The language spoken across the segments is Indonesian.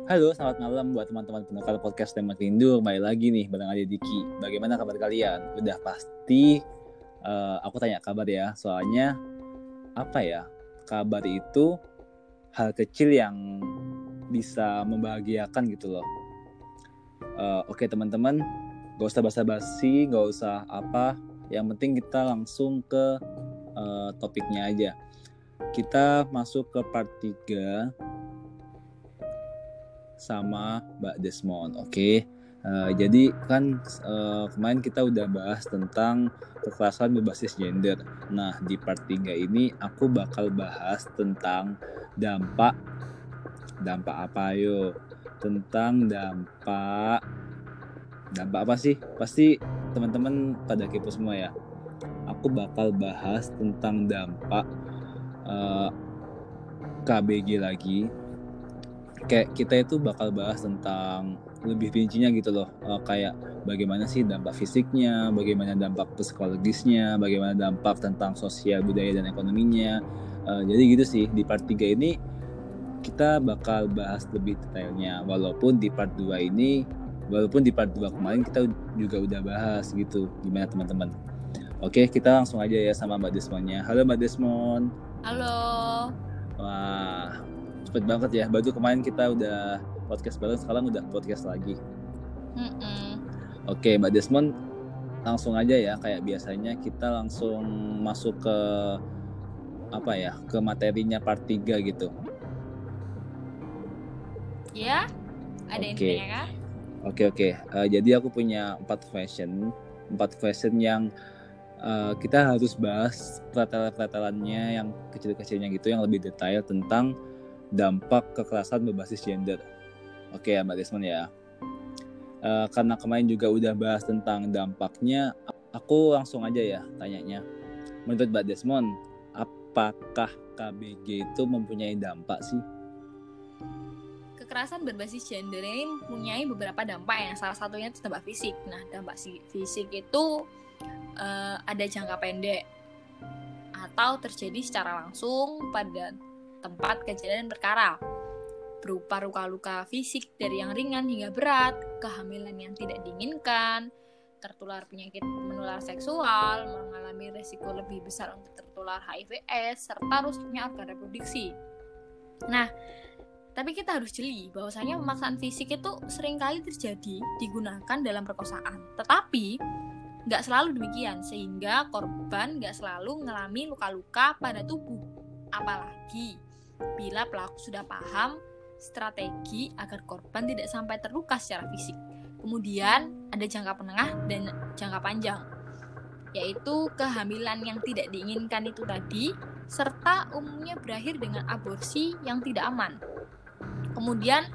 Halo, selamat malam buat teman-teman pendengar podcast Tembak Rindu. Kembali lagi nih bareng Ade Diki. Bagaimana kabar kalian? Udah pasti aku tanya kabar ya. Soalnya apa ya? Kabar itu hal kecil yang bisa membahagiakan gitu loh. Oke teman-teman, gak usah basa-basi, gak usah apa. Yang penting kita langsung ke topiknya aja. Kita masuk ke part 3 sama Mbak Desmond. Oke. Jadi kan kemarin kita udah bahas tentang kekerasan berbasis gender. Nah, di part 3 ini aku bakal bahas tentang dampak apa yo? Tentang dampak apa sih? Pasti teman-teman pada kepo semua ya. Aku bakal bahas tentang dampak KBG lagi. Kayak kita itu bakal bahas tentang lebih rincinya gitu loh, kayak bagaimana sih dampak fisiknya, bagaimana dampak psikologisnya, bagaimana dampak tentang sosial budaya dan ekonominya. Jadi gitu sih, di part 3 ini kita bakal bahas lebih detailnya, walaupun di part 2 kemarin kita juga udah bahas gitu. Gimana teman-teman? Oke, kita langsung aja ya sama Mbak Desmondnya. Halo Mbak Desmond. Halo. Wah, cepet banget ya. Baru kemarin kita udah podcast bareng, sekarang udah podcast lagi. Oke, Mbak Desmond, langsung aja ya. Kayak biasanya kita langsung masuk ke ke materinya part 3 gitu. Ya, ada yang ditanyakan? Oke. Jadi aku punya 4 question yang kita harus bahas pretelan-pretelannya yang kecil-kecilnya gitu, yang lebih detail tentang dampak kekerasan berbasis gender. Oke ya Mbak Desmond ya. Karena kemarin juga udah bahas tentang dampaknya, aku langsung aja ya tanyanya. Menurut Mbak Desmond, apakah KBG itu mempunyai dampak sih? Kekerasan berbasis gender ini mempunyai beberapa dampak yang salah satunya itu dampak fisik. Nah, dampak fisik itu ada jangka pendek atau terjadi secara langsung pada tempat kejadian perkara, berupa luka-luka fisik dari yang ringan hingga berat, kehamilan yang tidak diinginkan, tertular penyakit menular seksual, mengalami resiko lebih besar untuk tertular HIV/AIDS, serta rusaknya organ reproduksi. Nah, tapi kita harus jeli bahwasanya pemaksaan fisik itu seringkali terjadi digunakan dalam perkosaan. Tetapi nggak selalu demikian, sehingga korban nggak selalu mengalami luka-luka pada tubuh. Apalagi bila pelaku sudah paham strategi agar korban tidak sampai terluka secara fisik. Kemudian ada jangka menengah dan jangka panjang, yaitu kehamilan yang tidak diinginkan itu tadi, serta umumnya berakhir dengan aborsi yang tidak aman. Kemudian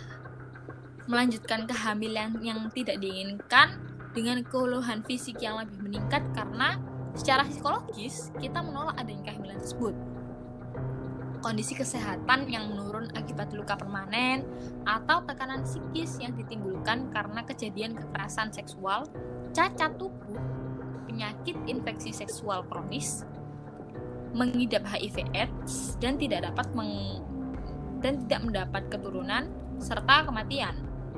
melanjutkan kehamilan yang tidak diinginkan dengan keluhan fisik yang lebih meningkat karena secara psikologis kita menolak adanya kehamilan tersebut. Kondisi kesehatan yang menurun akibat luka permanen atau tekanan psikis yang ditimbulkan karena kejadian kekerasan seksual, cacat tubuh, penyakit infeksi seksual kronis, mengidap HIV/AIDS dan tidak mendapat keturunan, serta kematian.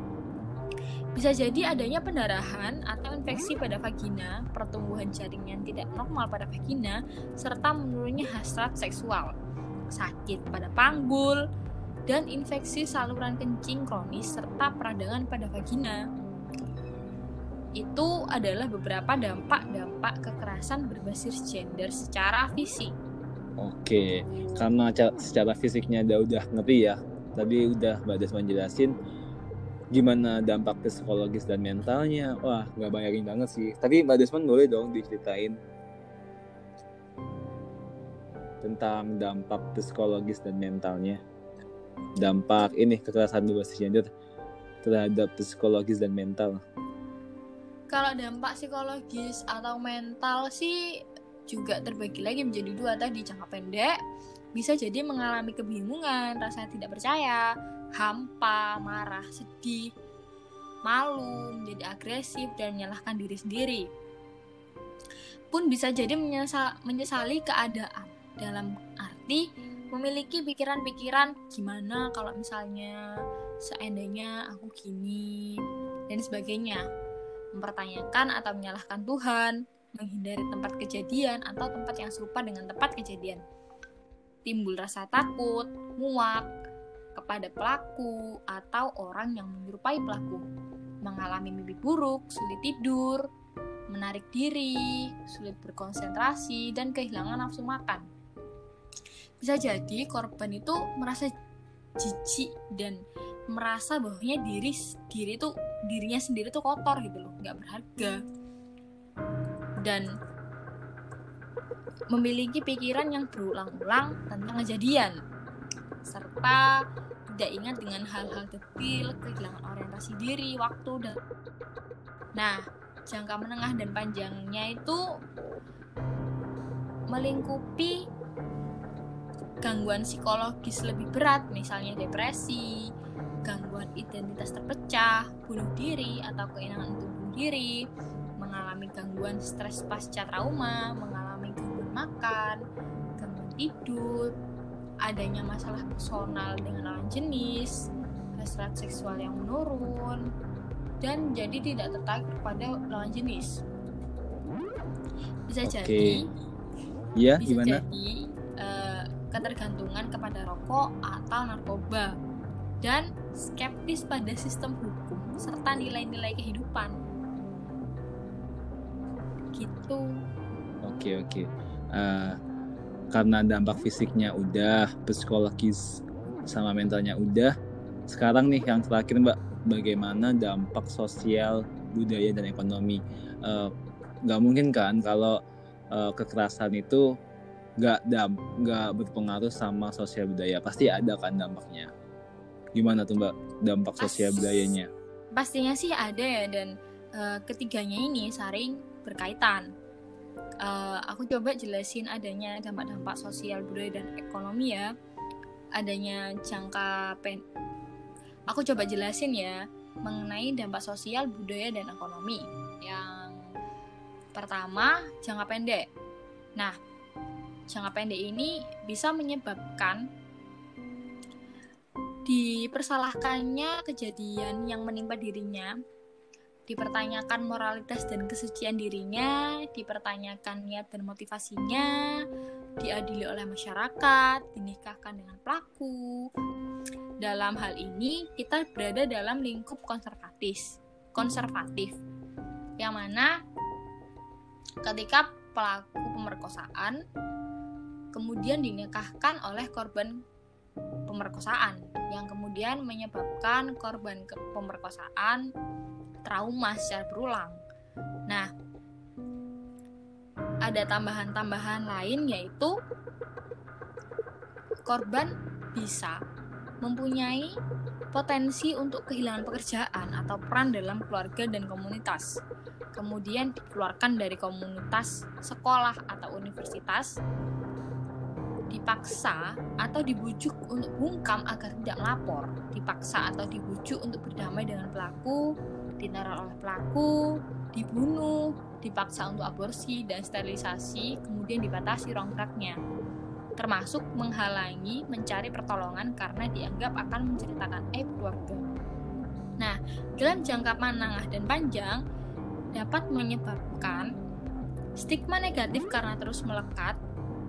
Bisa jadi adanya pendarahan atau infeksi pada vagina, pertumbuhan jaring yang tidak normal pada vagina, serta menurunnya hasrat seksual, sakit pada panggul, dan infeksi saluran kencing kronis, serta peradangan pada vagina. Itu adalah beberapa dampak kekerasan berbasis gender secara fisik. Oke, karena secara fisiknya udah ngerti ya. Tadi udah Mbak Desmond jelasin gimana dampak psikologis dan mentalnya. Wah, nggak bayangin banget sih. Tapi Mbak Desmond boleh dong diceritain tentang dampak psikologis dan mentalnya. Dampak ini kekerasan berbasis gender terhadap psikologis dan mental. Kalau dampak psikologis atau mental sih juga terbagi lagi menjadi dua tadi. Jangka pendek bisa jadi mengalami kebingungan, rasa tidak percaya, hampa, marah, sedih, malu, menjadi agresif, dan menyalahkan diri sendiri. Pun bisa jadi menyesali keadaan, dalam arti memiliki pikiran-pikiran gimana kalau misalnya seandainya aku gini dan sebagainya, mempertanyakan atau menyalahkan Tuhan, menghindari tempat kejadian atau tempat yang serupa dengan tempat kejadian, timbul rasa takut, muak kepada pelaku atau orang yang menyerupai pelaku, mengalami mimpi buruk, sulit tidur, menarik diri, sulit berkonsentrasi, dan kehilangan nafsu makan. Bisa jadi korban itu merasa jijik dan merasa bahwanya dirinya sendiri tuh kotor gitu loh, nggak berharga, dan memiliki pikiran yang berulang-ulang tentang kejadian, serta tidak ingat dengan hal-hal detail, kehilangan orientasi diri, waktu, dan jangka menengah dan panjangnya itu melingkupi gangguan psikologis lebih berat, misalnya depresi, gangguan identitas terpecah, bunuh diri atau keinginan untuk bunuh diri, mengalami gangguan stres pasca trauma, mengalami gangguan makan, gangguan tidur, adanya masalah personal dengan lawan jenis, hasrat seksual yang menurun, dan jadi tidak tertarik kepada lawan jenis. Bisa jadi ketergantungan kepada rokok atau narkoba, dan skeptis pada sistem hukum serta nilai-nilai kehidupan. Gitu. Oke. Karena dampak fisiknya udah, psikologis sama mentalnya udah. Sekarang nih yang terakhir Mbak, bagaimana dampak sosial, budaya, dan ekonomi? Gak mungkin kan kalau kekerasan itu gak berpengaruh sama sosial budaya. Pasti ada kan dampaknya. Gimana tuh Mbak dampak sosial budayanya? Pastinya sih ada ya, dan ketiganya ini saling berkaitan. Aku coba jelasin adanya dampak-dampak sosial budaya dan ekonomi ya. Adanya aku coba jelasin ya mengenai dampak sosial budaya dan ekonomi. Yang pertama, jangka pendek. Nah, jangka pendek ini bisa menyebabkan dipersalahkannya kejadian yang menimpa dirinya, dipertanyakan moralitas dan kesucian dirinya, dipertanyakan niat dan motivasinya, diadili oleh masyarakat, dinikahkan dengan pelaku. Dalam hal ini kita berada dalam lingkup konservatif, yang mana ketika pelaku pemerkosaan kemudian dinikahkan oleh korban pemerkosaan, yang kemudian menyebabkan korban pemerkosaan trauma secara berulang. Nah, ada tambahan-tambahan lain, yaitu korban bisa mempunyai potensi untuk kehilangan pekerjaan atau peran dalam keluarga dan komunitas, kemudian dikeluarkan dari komunitas sekolah atau universitas, dipaksa atau dibujuk untuk bungkam agar tidak melapor, dipaksa atau dibujuk untuk berdamai dengan pelaku, diteror oleh pelaku, dibunuh, dipaksa untuk aborsi dan sterilisasi, kemudian dibatasi ruang geraknya, termasuk menghalangi mencari pertolongan karena dianggap akan menceritakan aib keluarga. Nah, dalam jangka menengah dan panjang dapat menyebabkan stigma negatif karena terus melekat,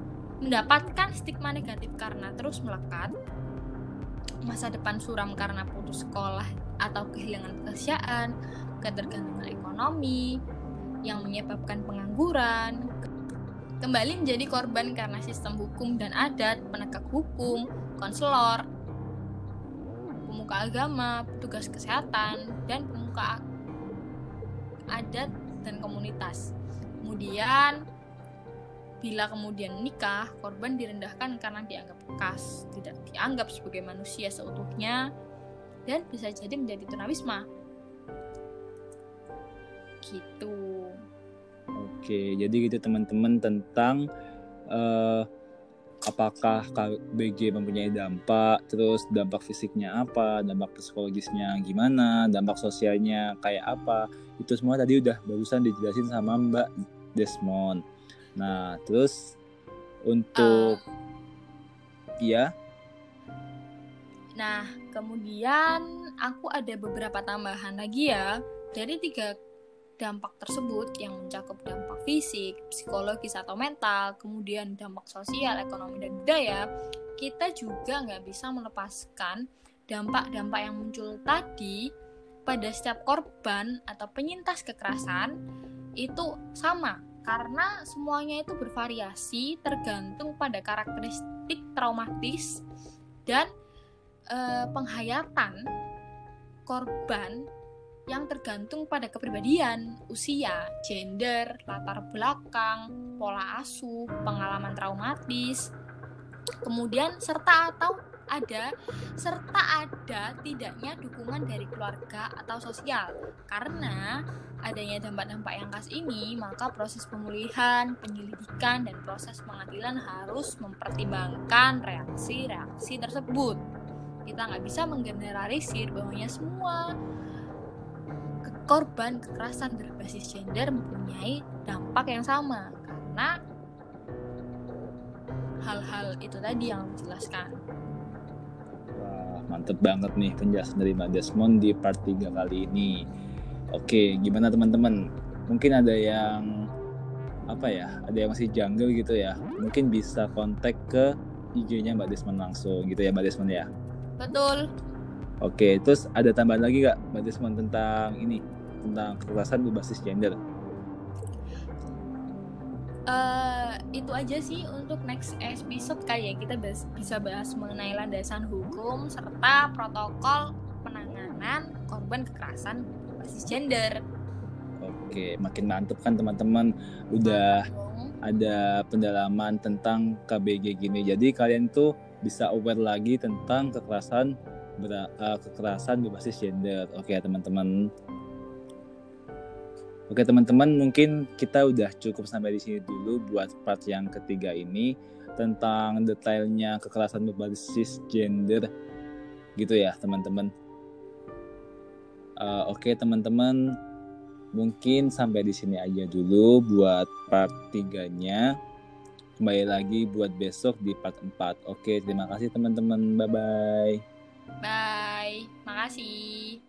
masa depan suram karena putus sekolah atau kehilangan pekerjaan, ketergantungan ekonomi yang menyebabkan pengangguran, kembali menjadi korban karena sistem hukum dan adat, penegak hukum, konselor, pemuka agama, petugas kesehatan, dan pemuka adat dan komunitas. Kemudian bila kemudian nikah, korban direndahkan karena dianggap bekas, tidak dianggap sebagai manusia seutuhnya, dan bisa jadi menjadi tunawisma. Gitu. Oke, jadi gitu teman-teman tentang apakah KBG mempunyai dampak, terus dampak fisiknya apa, dampak psikologisnya gimana, dampak sosialnya kayak apa. Itu semua tadi udah barusan dijelasin sama Mbak Desmond. Nah, terus untuk Iya. Nah, kemudian aku ada beberapa tambahan lagi ya. Dari 3 dampak tersebut yang mencakup dampak fisik, psikologis atau mental, kemudian dampak sosial, ekonomi, dan budaya, kita juga nggak bisa melepaskan dampak-dampak yang muncul tadi pada setiap korban atau penyintas kekerasan itu sama. Karena semuanya itu bervariasi tergantung pada karakteristik traumatis dan penghayatan korban yang tergantung pada kepribadian, usia, gender, latar belakang, pola asuh, pengalaman traumatis, kemudian serta ada tidaknya dukungan dari keluarga atau sosial. Karena adanya dampak-dampak yang khas ini, maka proses pemulihan, penyelidikan, dan proses pengadilan harus mempertimbangkan reaksi-reaksi tersebut. Kita nggak bisa menggeneralisir bahwanya semua korban kekerasan berbasis gender mempunyai dampak yang sama, karena hal-hal itu tadi yang dijelaskan. Wah, mantep banget nih penjelasan dari Mbak Desmond di part 3 kali ini. Oke, gimana teman-teman? Mungkin ada yang ada yang masih janggal gitu ya. Mungkin bisa kontak ke IG-nya Mbak Desmond langsung gitu ya Mbak Desmond ya. Betul. Oke, terus ada tambahan lagi gak Mbak Desmond tentang kekerasan berbasis gender? Itu aja sih untuk next episode kali ya, kita bisa bahas mengenai landasan hukum serta protokol penanganan korban kekerasan berbasis gender. Oke, makin mantep kan teman-teman, udah ada pendalaman tentang KBG gini. Jadi kalian tuh bisa aware lagi tentang kekerasan berbasis gender. Oke teman-teman. Oke teman-teman, mungkin kita udah cukup sampai di sini dulu buat part yang ketiga ini tentang detailnya kekerasan berbasis gender gitu ya teman-teman. Oke teman-teman, mungkin sampai di sini aja dulu buat part 3-nya. Kembali lagi buat besok di part 4. Oke, terima kasih teman-teman. Bye-bye. Bye. Makasih.